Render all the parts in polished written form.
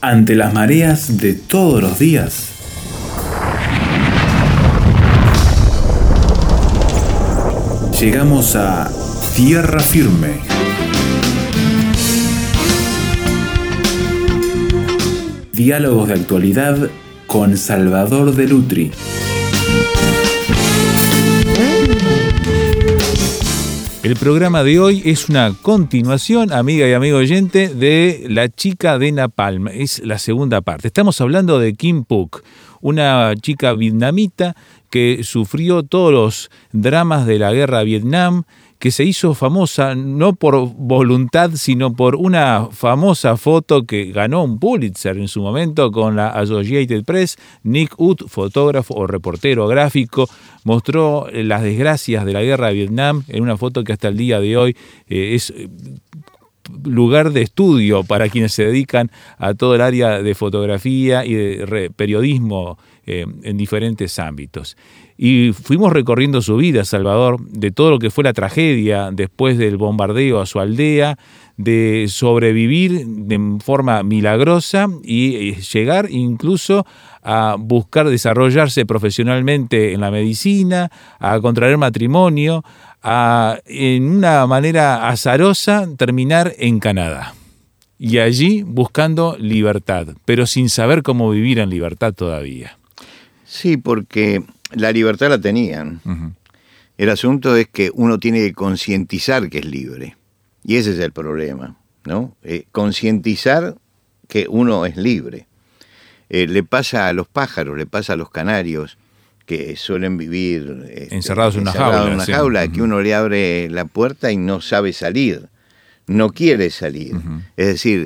Ante las mareas de todos los días, llegamos a tierra firme. Diálogos de actualidad con Salvador de Lutri. El programa de hoy es una continuación, amiga y amigo oyente, de La chica de Napalm. Es la segunda parte. Estamos hablando de Kim Phuc, una chica vietnamita que sufrió todos los dramas de la guerra a Vietnam, que se hizo famosa no por voluntad, sino por una famosa foto que ganó un Pulitzer en su momento con la Associated Press. Nick Ut, fotógrafo o reportero gráfico, mostró las desgracias de la guerra de Vietnam en una foto que hasta el día de hoy es lugar de estudio para quienes se dedican a todo el área de fotografía y de periodismo en diferentes ámbitos. Y fuimos recorriendo su vida, Salvador, de todo lo que fue la tragedia después del bombardeo a su aldea, de sobrevivir de forma milagrosa y llegar incluso a buscar desarrollarse profesionalmente en la medicina, a contraer matrimonio, a, en una manera azarosa, terminar en Canadá. Y allí buscando libertad, pero sin saber cómo vivir en libertad todavía. Sí, porque la libertad la tenían. Uh-huh. El asunto es que uno tiene que concientizar que es libre. Y ese es el problema, ¿no? Concientizar que uno es libre. Le pasa a los pájaros, le pasa a los canarios, que suelen vivir encerrados en una jaula, sí. Que uno le abre la puerta y no sabe salir, no quiere salir. Uh-huh. Es decir,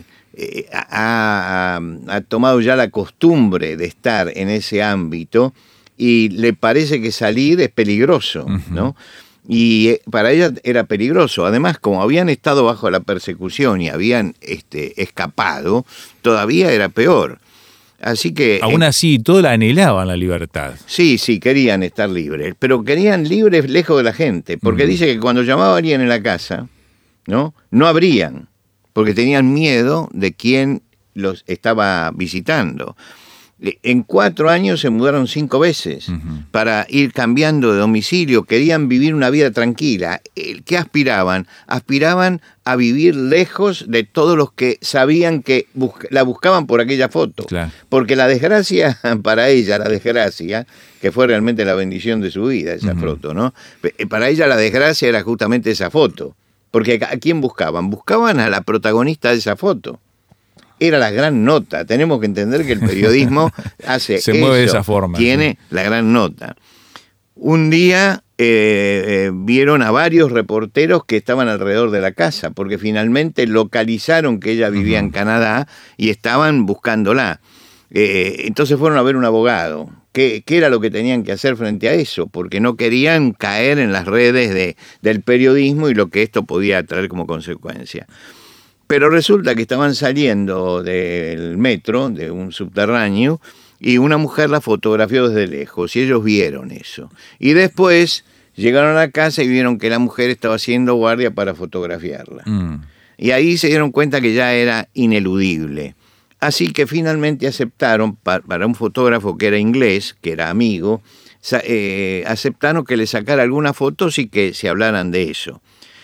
ha tomado ya la costumbre de estar en ese ámbito y le parece que salir es peligroso, uh-huh. ¿no? Y para ella era peligroso. Además, como habían estado bajo la persecución y habían escapado, todavía era peor. Así que aún así, todos la anhelaban la libertad. Sí, querían estar libres, pero querían libres lejos de la gente, porque uh-huh. dice que cuando llamaba a alguien en la casa, no abrían, porque tenían miedo de quién los estaba visitando. En 4 años se mudaron 5 veces uh-huh. para ir cambiando de domicilio. Querían vivir una vida tranquila. ¿Qué aspiraban? Aspiraban a vivir lejos de todos los que sabían que la buscaban por aquella foto. Claro. Porque la desgracia, para ella, que fue realmente la bendición de su vida, esa uh-huh. foto, ¿no? Para ella la desgracia era justamente esa foto. Porque ¿a quién buscaban? Buscaban a la protagonista de esa foto. Era la gran nota. Tenemos que entender que el periodismo hace se mueve de esa forma. Tiene sí. la gran nota. Un día vieron a varios reporteros que estaban alrededor de la casa, porque finalmente localizaron que ella vivía uh-huh. en Canadá y estaban buscándola. Entonces fueron a ver un abogado. ¿Qué era lo que tenían que hacer frente a eso? Porque no querían caer en las redes del periodismo y lo que esto podía traer como consecuencia. Pero resulta que estaban saliendo del metro, de un subterráneo, y una mujer la fotografió desde lejos, y ellos vieron eso. Y después llegaron a la casa y vieron que la mujer estaba haciendo guardia para fotografiarla. Y ahí se dieron cuenta que ya era ineludible. Así que finalmente aceptaron, para un fotógrafo que era inglés, que era amigo, aceptaron que le sacara algunas fotos y que se hablaran de eso.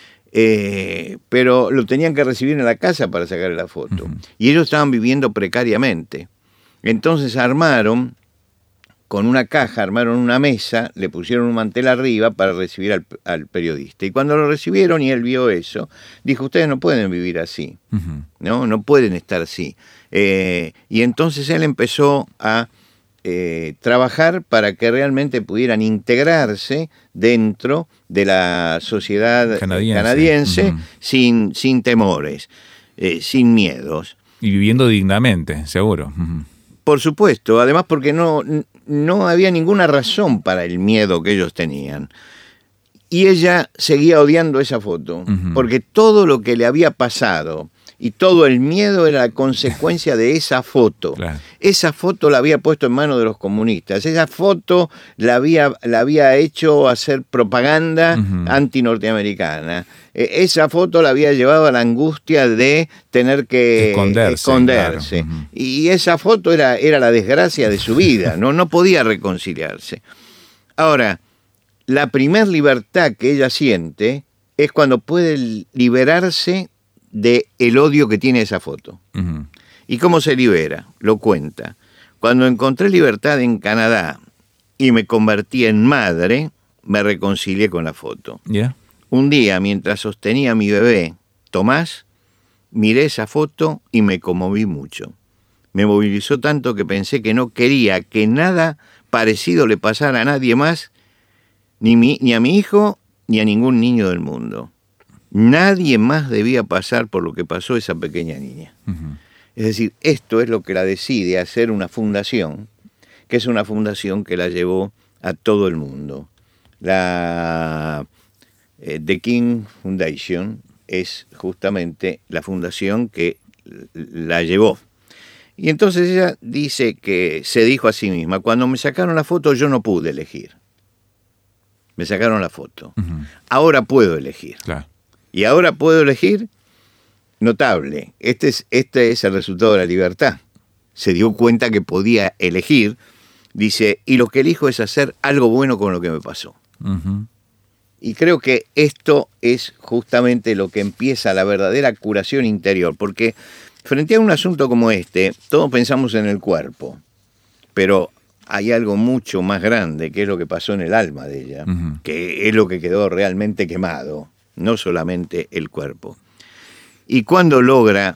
Pero lo tenían que recibir en la casa para sacarle la foto. Uh-huh. Y ellos estaban viviendo precariamente. Entonces con una caja, armaron una mesa, le pusieron un mantel arriba para recibir al periodista. Y cuando lo recibieron y él vio eso, dijo, ustedes no pueden vivir así, uh-huh. no pueden estar así. Y entonces él empezó a trabajar para que realmente pudieran integrarse dentro de la sociedad canadiense uh-huh. sin temores, sin miedos. Y viviendo dignamente, seguro. Uh-huh. Por supuesto, además porque no había ninguna razón para el miedo que ellos tenían. Y ella seguía odiando esa foto, uh-huh. porque todo lo que le había pasado y todo el miedo era la consecuencia de esa foto. Claro. Esa foto la había puesto en manos de los comunistas. Esa foto la había hecho hacer propaganda anti-norteamericana. Esa foto la había llevado a la angustia de tener que esconderse. Claro. Y esa foto era la desgracia de su vida. No podía reconciliarse. Ahora, la primer libertad que ella siente es cuando puede liberarse del odio que tiene esa foto. ¿Y cómo se libera? Lo cuenta. Cuando encontré libertad en Canadá y me convertí en madre, me reconcilié con la foto. Yeah. Un día, mientras sostenía a mi bebé, Tomás, miré esa foto y me conmoví mucho. Me movilizó tanto que pensé que no quería que nada parecido le pasara a nadie más, ni a mi hijo, ni a ningún niño del mundo. Nadie más debía pasar por lo que pasó esa pequeña niña. Es decir, esto es lo que la decide hacer una fundación, que es una fundación que la llevó a todo el mundo. La The King Foundation es justamente la fundación que la llevó. Y entonces ella dice que se dijo a sí misma, cuando me sacaron la foto yo no pude elegir. Me sacaron la foto. Ahora puedo elegir. Claro. Y ahora puedo elegir, notable, este es el resultado de la libertad. Se dio cuenta que podía elegir, dice, y lo que elijo es hacer algo bueno con lo que me pasó. Y creo que esto es justamente lo que empieza la verdadera curación interior, porque frente a un asunto como este, todos pensamos en el cuerpo, pero hay algo mucho más grande, que es lo que pasó en el alma de ella, que es lo que quedó realmente quemado. No solamente el cuerpo. Y cuando logra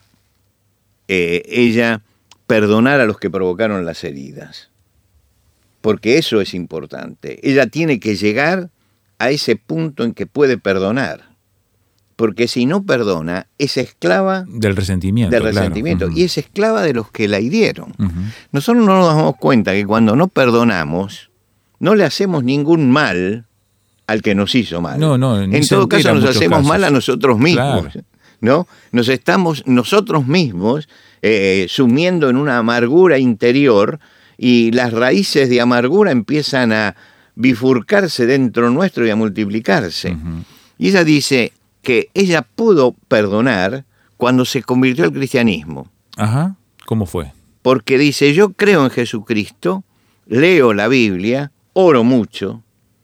ella perdonar a los que provocaron las heridas, porque eso es importante. Ella tiene que llegar a ese punto en que puede perdonar, porque si no perdona, es esclava del resentimiento. Claro. Y es esclava de los que la hirieron. Nosotros no nos damos cuenta que cuando no perdonamos, no le hacemos ningún mal al que nos hizo mal. En todo caso nos hacemos mal a nosotros mismos. Claro. ¿No? Nos estamos nosotros mismos sumiendo en una amargura interior y las raíces de amargura empiezan a bifurcarse dentro nuestro y a multiplicarse. Y ella dice que ella pudo perdonar cuando se convirtió al cristianismo. Ajá, ¿cómo fue? Porque dice, yo creo en Jesucristo, leo la Biblia, oro mucho,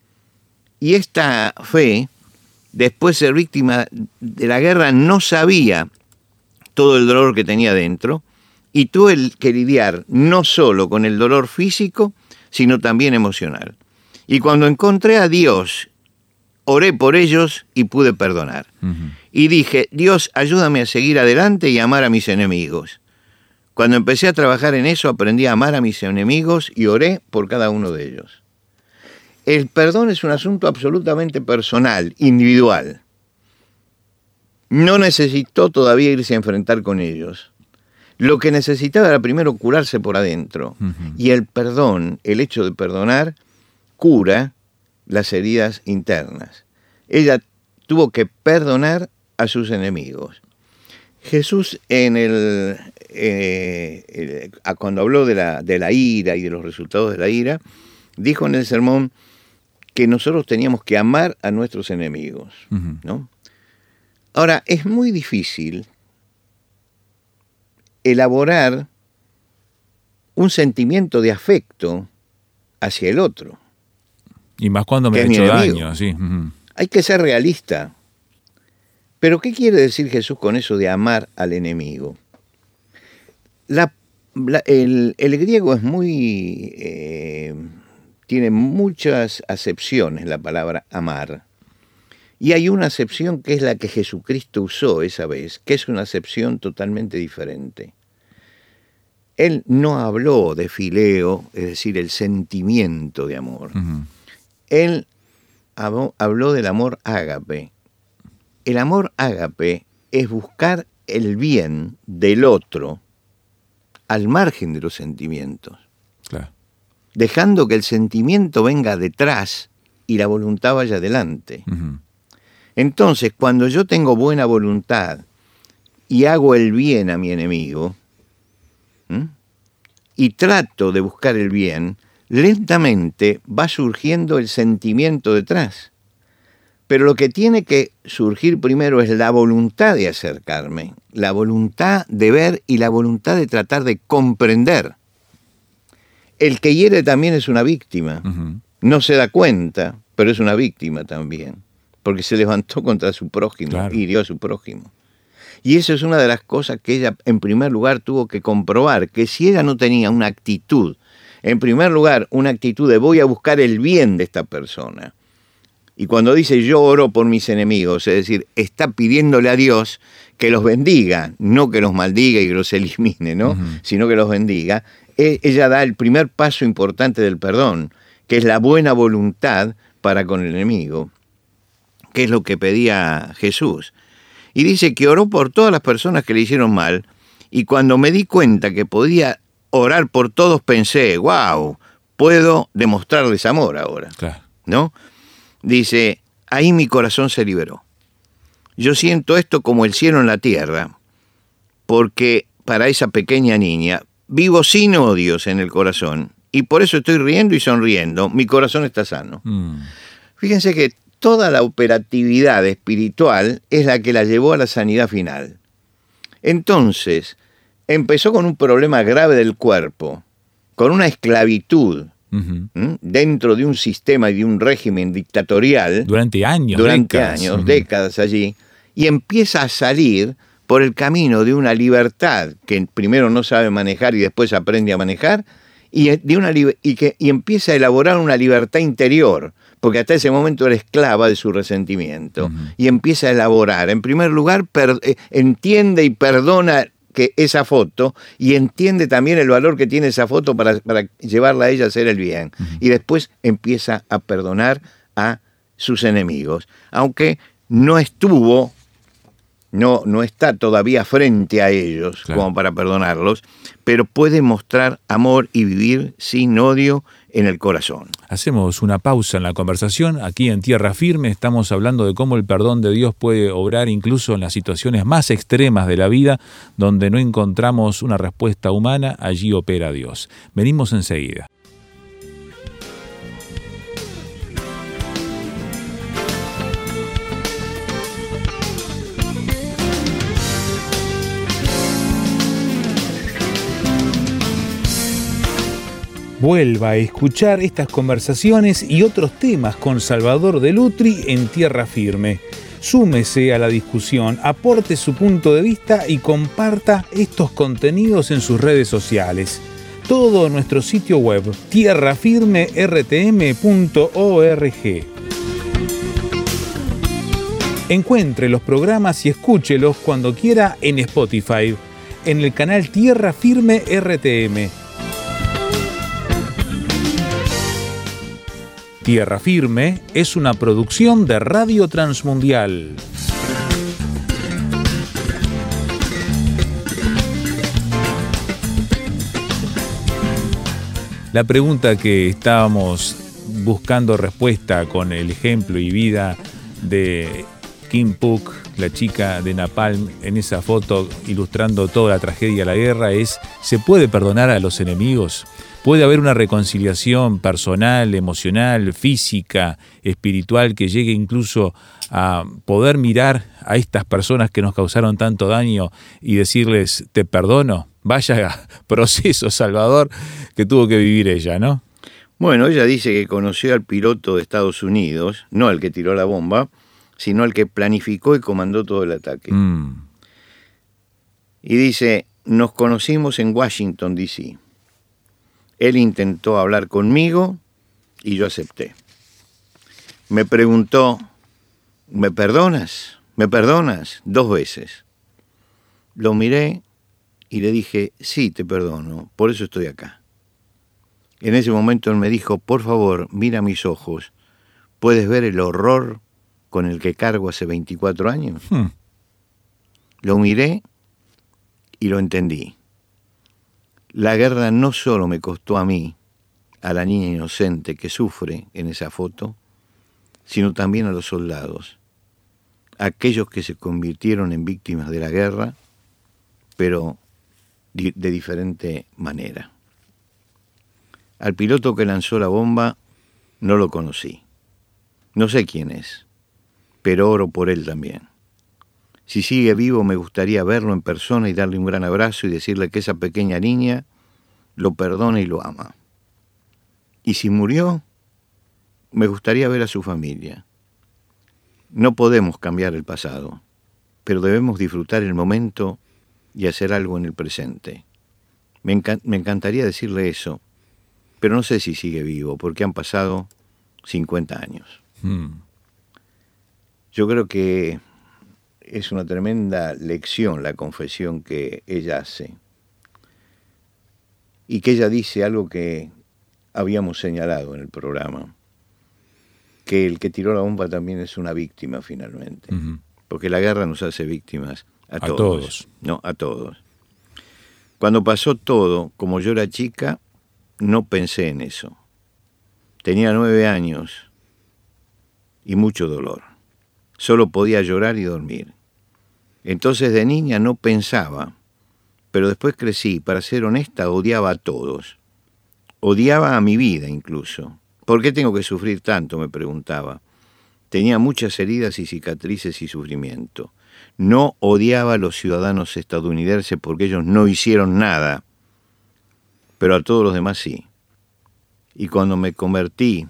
y esta fe, después de ser víctima de la guerra, no sabía todo el dolor que tenía dentro y tuve que lidiar no solo con el dolor físico, sino también emocional. Y cuando encontré a Dios, oré por ellos y pude perdonar. Y dije, Dios, ayúdame a seguir adelante y amar a mis enemigos. Cuando empecé a trabajar en eso, aprendí a amar a mis enemigos y oré por cada uno de ellos. El perdón es un asunto absolutamente personal, individual. No necesitó todavía irse a enfrentar con ellos. Lo que necesitaba era primero curarse por adentro. Y el perdón, el hecho de perdonar, cura las heridas internas. Ella tuvo que perdonar a sus enemigos. Jesús cuando habló de la ira y de los resultados de la ira, dijo en el sermón que nosotros teníamos que amar a nuestros enemigos, ¿no? Ahora, es muy difícil elaborar un sentimiento de afecto hacia el otro. Y más cuando me ha hecho daño, sí. Hay que ser realista. Pero, ¿qué quiere decir Jesús con eso de amar al enemigo? El griego es muy... tiene muchas acepciones la palabra amar. Y hay una acepción que es la que Jesucristo usó esa vez, que es una acepción totalmente diferente. Él no habló de fileo, es decir, el sentimiento de amor. Él habló del amor ágape. El amor ágape es buscar el bien del otro al margen de los sentimientos. Claro. Dejando que el sentimiento venga detrás y la voluntad vaya adelante. Entonces, cuando yo tengo buena voluntad y hago el bien a mi enemigo, y trato de buscar el bien, lentamente va surgiendo el sentimiento detrás. Pero lo que tiene que surgir primero es la voluntad de acercarme, la voluntad de ver y la voluntad de tratar de comprender. El que hiere también es una víctima. Ujú. No se da cuenta, pero es una víctima también, porque se levantó contra su prójimo, Claro. hirió a su prójimo. Y eso es una de las cosas que ella, en primer lugar, tuvo que comprobar, que si ella no tenía una actitud, en primer lugar, una actitud de voy a buscar el bien de esta persona. Y cuando dice yo oro por mis enemigos, es decir, está pidiéndole a Dios que los bendiga, no que los maldiga y que los elimine, ¿no? Sino que los bendiga. Ella da el primer paso importante del perdón, que es la buena voluntad para con el enemigo, que es lo que pedía Jesús. Y dice que oró por todas las personas que le hicieron mal, y cuando me di cuenta que podía orar por todos, pensé, wow, puedo demostrarles amor ahora, Claro. ¿no? Dice, ahí mi corazón se liberó. Yo siento esto como el cielo en la tierra, porque para esa pequeña niña vivo sin odios en el corazón, y por eso estoy riendo y sonriendo, mi corazón está sano. Fíjense que toda la operatividad espiritual es la que la llevó a la sanidad final. Entonces, empezó con un problema grave del cuerpo, con una esclavitud, Ujú. dentro de un sistema y de un régimen dictatorial, Durante años, décadas. décadas allí, y empieza a salir por el camino de una libertad que primero no sabe manejar y después aprende a manejar, y empieza a elaborar una libertad interior, porque hasta ese momento era esclava de su resentimiento, y empieza a elaborar. En primer lugar, entiende y perdona que esa foto, y entiende también el valor que tiene esa foto para llevarla a ella a hacer el bien. Y después empieza a perdonar a sus enemigos, aunque no está todavía frente a ellos, claro, como para perdonarlos, pero puede mostrar amor y vivir sin odio en el corazón. Hacemos una pausa en la conversación. Aquí en Tierra Firme estamos hablando de cómo el perdón de Dios puede obrar incluso en las situaciones más extremas de la vida, donde no encontramos una respuesta humana, allí opera Dios. Venimos enseguida. Vuelva a escuchar estas conversaciones y otros temas con Salvador de Lutri en Tierra Firme. Súmese a la discusión, aporte su punto de vista y comparta estos contenidos en sus redes sociales. Todo en nuestro sitio web, tierrafirmertm.org. Encuentre los programas y escúchelos cuando quiera en Spotify, en el canal Tierra Firme RTM. Tierra Firme es una producción de Radio Transmundial. La pregunta que estábamos buscando respuesta con el ejemplo y vida de Kim Phuc, la chica de Napalm, en esa foto ilustrando toda la tragedia de la guerra, es: ¿se puede perdonar a los enemigos? ¿Puede haber una reconciliación personal, emocional, física, espiritual, que llegue incluso a poder mirar a estas personas que nos causaron tanto daño y decirles, te perdono? Vaya proceso, Salvador, que tuvo que vivir ella, ¿no? Bueno, ella dice que conoció al piloto de Estados Unidos, no al que tiró la bomba, sino al que planificó y comandó todo el ataque. Y dice, nos conocimos en Washington, D.C. Él intentó hablar conmigo y yo acepté. Me preguntó, ¿me perdonas? ¿Me perdonas? 2 veces. Lo miré y le dije, sí, te perdono, por eso estoy acá. En ese momento él me dijo, por favor, mira mis ojos, ¿puedes ver el horror con el que cargo hace 24 años? Lo miré y lo entendí. La guerra no solo me costó a mí, a la niña inocente que sufre en esa foto, sino también a los soldados, aquellos que se convirtieron en víctimas de la guerra pero de diferente manera. Al piloto que lanzó la bomba no lo conocí. No sé quién es, pero oro por él también. Si sigue vivo me gustaría verlo en persona y darle un gran abrazo y decirle que esa pequeña niña lo perdona y lo ama. Y si murió, me gustaría ver a su familia. No podemos cambiar el pasado, pero debemos disfrutar el momento y hacer algo en el presente. Me encantaría decirle eso, pero no sé si sigue vivo, porque han pasado 50 años. Yo creo que es una tremenda lección la confesión que ella hace, y que ella dice algo que habíamos señalado en el programa, que el que tiró la bomba también es una víctima finalmente, porque la guerra nos hace víctimas a todos. No, a todos. Cuando pasó todo, como yo era chica, no pensé en eso. Tenía 9 años y mucho dolor. Solo podía llorar y dormir. Entonces de niña no pensaba, pero después crecí, para ser honesta, odiaba a todos. Odiaba a mi vida incluso. ¿Por qué tengo que sufrir tanto?, me preguntaba. Tenía muchas heridas y cicatrices y sufrimiento. No odiaba a los ciudadanos estadounidenses porque ellos no hicieron nada, pero a todos los demás sí. Y cuando me convertí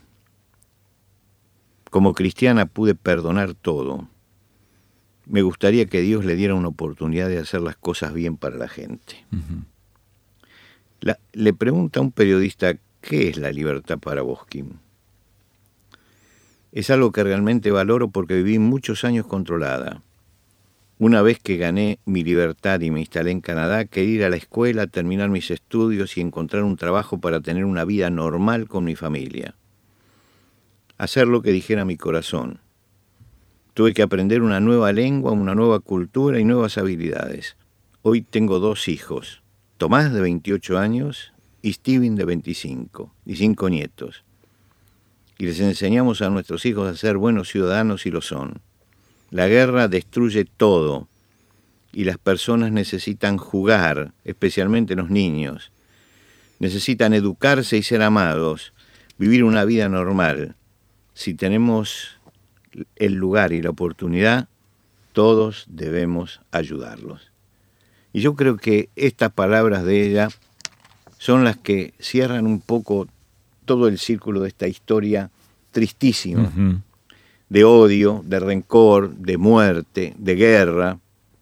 como cristiana pude perdonar todo. Me gustaría que Dios le diera una oportunidad de hacer las cosas bien para la gente. Le pregunta a un periodista, ¿qué es la libertad para vos, Kim? Es algo que realmente valoro porque viví muchos años controlada. Una vez que gané mi libertad y me instalé en Canadá, quería ir a la escuela, terminar mis estudios y encontrar un trabajo para tener una vida normal con mi familia. Hacer lo que dijera mi corazón. Tuve que aprender una nueva lengua, una nueva cultura y nuevas habilidades. Hoy tengo 2 hijos, Tomás de 28 años y Steven de 25, y 5 nietos. Y les enseñamos a nuestros hijos a ser buenos ciudadanos y lo son. La guerra destruye todo y las personas necesitan jugar, especialmente los niños. Necesitan educarse y ser amados, vivir una vida normal. Si tenemos el lugar y la oportunidad, todos debemos ayudarlos. Y yo creo que estas palabras de ella son las que cierran un poco todo el círculo de esta historia tristísima, de odio, de rencor, de muerte, de guerra,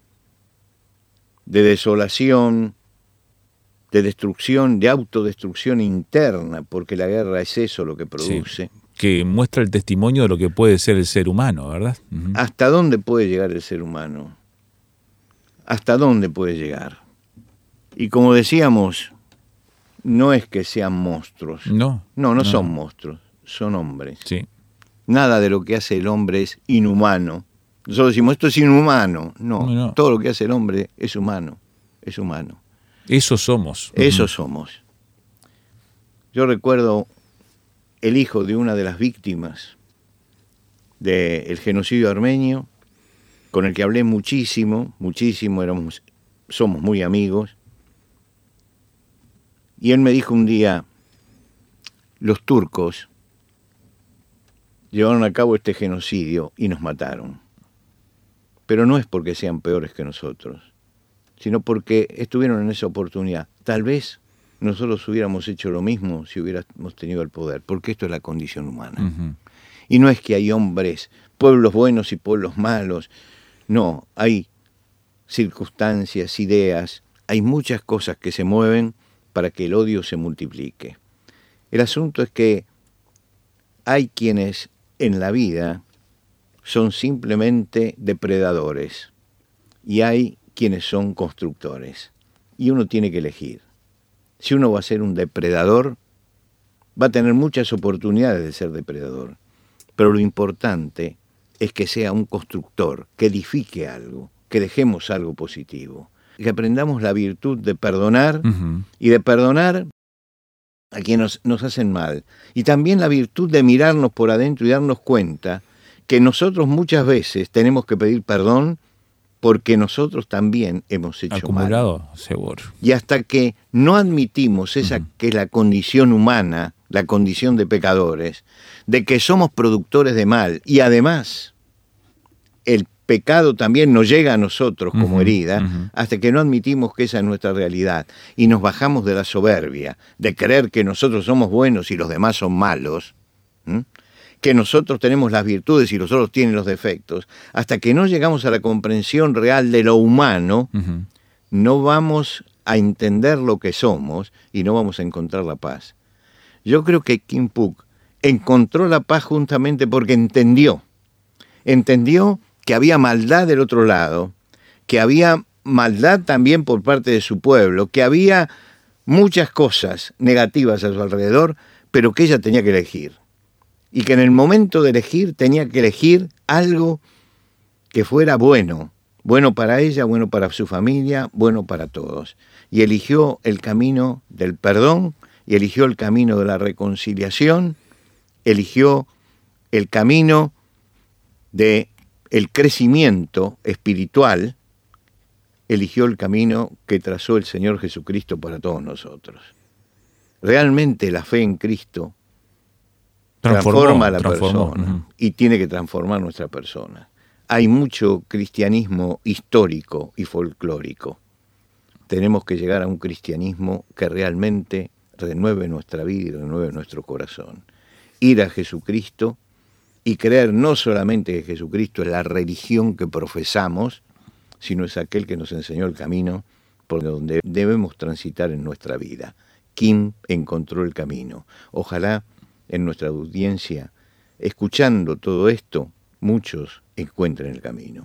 de desolación, de destrucción, de autodestrucción interna, porque la guerra es eso lo que produce. Sí, que muestra el testimonio de lo que puede ser el ser humano, ¿verdad? ¿Hasta dónde puede llegar el ser humano? ¿Hasta dónde puede llegar? Y como decíamos, no es que sean monstruos. No son monstruos, son hombres. Sí. Nada de lo que hace el hombre es inhumano. Nosotros decimos, esto es inhumano. No, todo lo que hace el hombre es humano, es humano. Eso somos. Eso somos. Yo recuerdo el hijo de una de las víctimas del genocidio armenio, con el que hablé muchísimo, somos muy amigos, y él me dijo un día, los turcos llevaron a cabo este genocidio y nos mataron. Pero no es porque sean peores que nosotros, sino porque estuvieron en esa oportunidad. Tal vez nosotros hubiéramos hecho lo mismo si hubiéramos tenido el poder, porque esto es la condición humana. Y no es que hay hombres, pueblos buenos y pueblos malos. No, hay circunstancias, ideas, hay muchas cosas que se mueven para que el odio se multiplique. El asunto es que hay quienes en la vida son simplemente depredadores y hay quienes son constructores. Y uno tiene que elegir. Si uno va a ser un depredador, va a tener muchas oportunidades de ser depredador. Pero lo importante es que sea un constructor, que edifique algo, que dejemos algo positivo. Que aprendamos la virtud de perdonar y de perdonar a quienes nos hacen mal. Y también la virtud de mirarnos por adentro y darnos cuenta que nosotros muchas veces tenemos que pedir perdón porque nosotros también hemos hecho acumulado, mal. seguro. Y hasta que no admitimos esa que es la condición humana, la condición de pecadores, de que somos productores de mal, y además el pecado también nos llega a nosotros como herida, hasta que no admitimos que esa es nuestra realidad, y nos bajamos de la soberbia, de creer que nosotros somos buenos y los demás son malos, que nosotros tenemos las virtudes y los otros tienen los defectos, hasta que no llegamos a la comprensión real de lo humano, no vamos a entender lo que somos y no vamos a encontrar la paz. Yo creo que Kim Phuc encontró la paz justamente porque entendió que había maldad del otro lado, que había maldad también por parte de su pueblo, que había muchas cosas negativas a su alrededor, pero que ella tenía que elegir. Y que en el momento de elegir tenía que elegir algo que fuera bueno, bueno para ella, bueno para su familia, bueno para todos. Y eligió el camino del perdón, y eligió el camino de la reconciliación, eligió el camino del crecimiento espiritual, eligió el camino que trazó el Señor Jesucristo para todos nosotros. Realmente la fe en Cristo transforma a la persona y tiene que transformar nuestra persona. Hay mucho cristianismo histórico y folclórico. Tenemos que llegar a un cristianismo que realmente renueve nuestra vida y renueve nuestro corazón. Ir a Jesucristo y creer no solamente que Jesucristo es la religión que profesamos, sino es aquel que nos enseñó el camino por donde debemos transitar en nuestra vida. Kim encontró el camino. Ojalá en nuestra audiencia, escuchando todo esto, muchos encuentren el camino.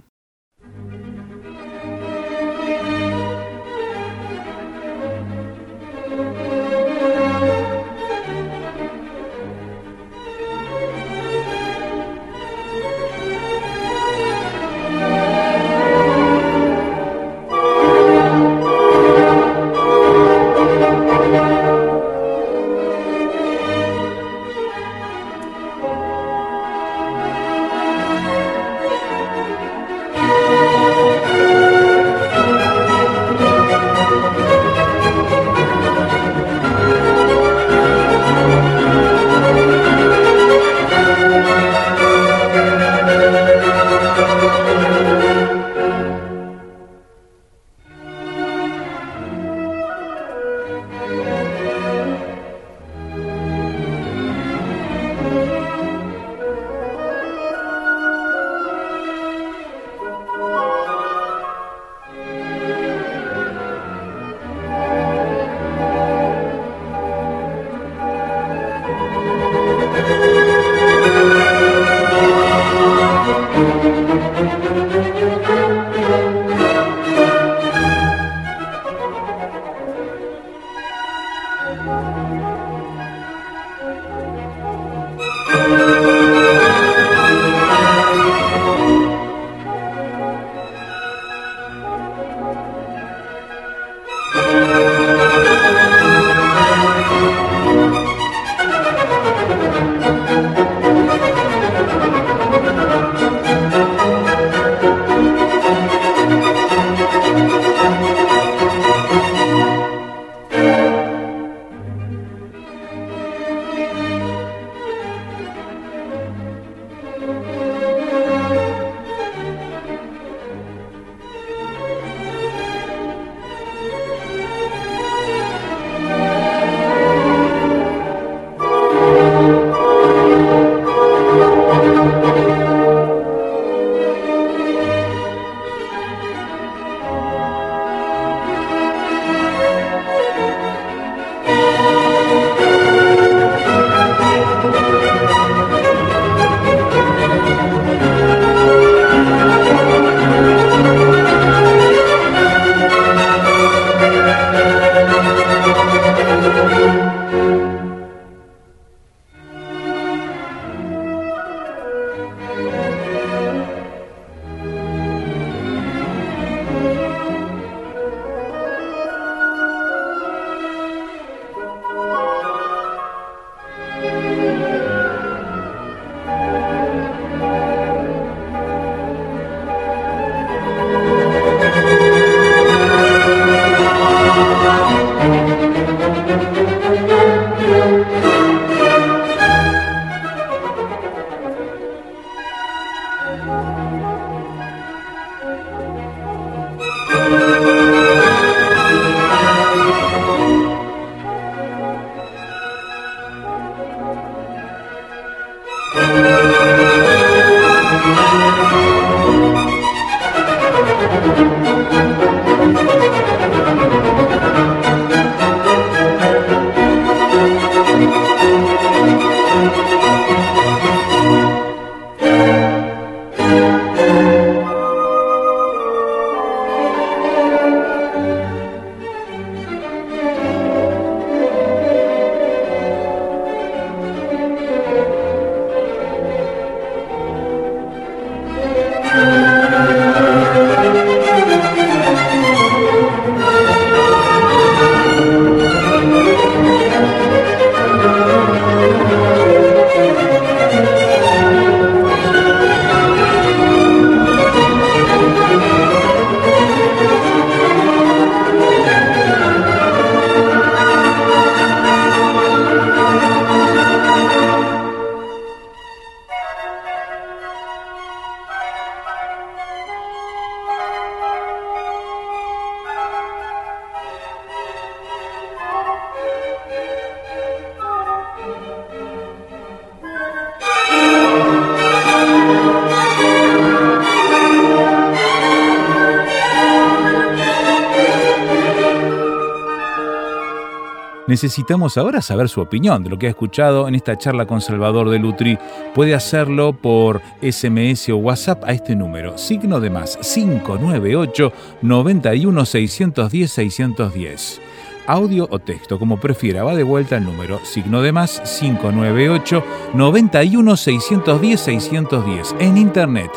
Necesitamos ahora saber su opinión de lo que ha escuchado en esta charla con Salvador de Lutri. Puede hacerlo por SMS o WhatsApp a este número, signo de más 598 91 610 610. Audio o texto, como prefiera, va de vuelta el número, signo de más 598 91 610 610. En internet,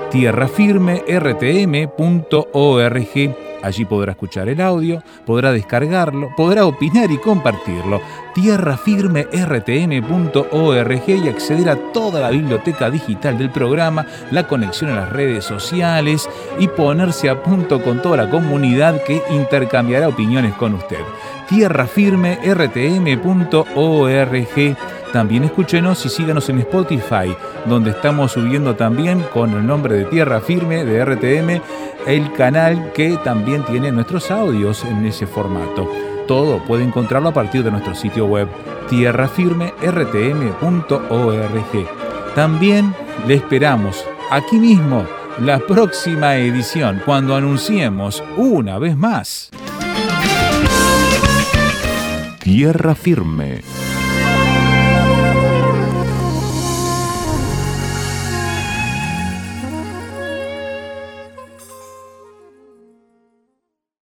tierrafirmertm.org. Allí podrá escuchar el audio, podrá descargarlo, podrá opinar y compartirlo. tierrafirmertm.org y acceder a toda la biblioteca digital del programa, la conexión a las redes sociales y ponerse a punto con toda la comunidad que intercambiará opiniones con usted. tierrafirmertm.org. También escúchenos y síganos en Spotify, donde estamos subiendo también con el nombre de Tierra Firme de RTM, el canal que también tiene nuestros audios en ese formato. Todo puede encontrarlo a partir de nuestro sitio web tierrafirmertm.org. También le esperamos aquí mismo la próxima edición, cuando anunciemos una vez más Tierra Firme.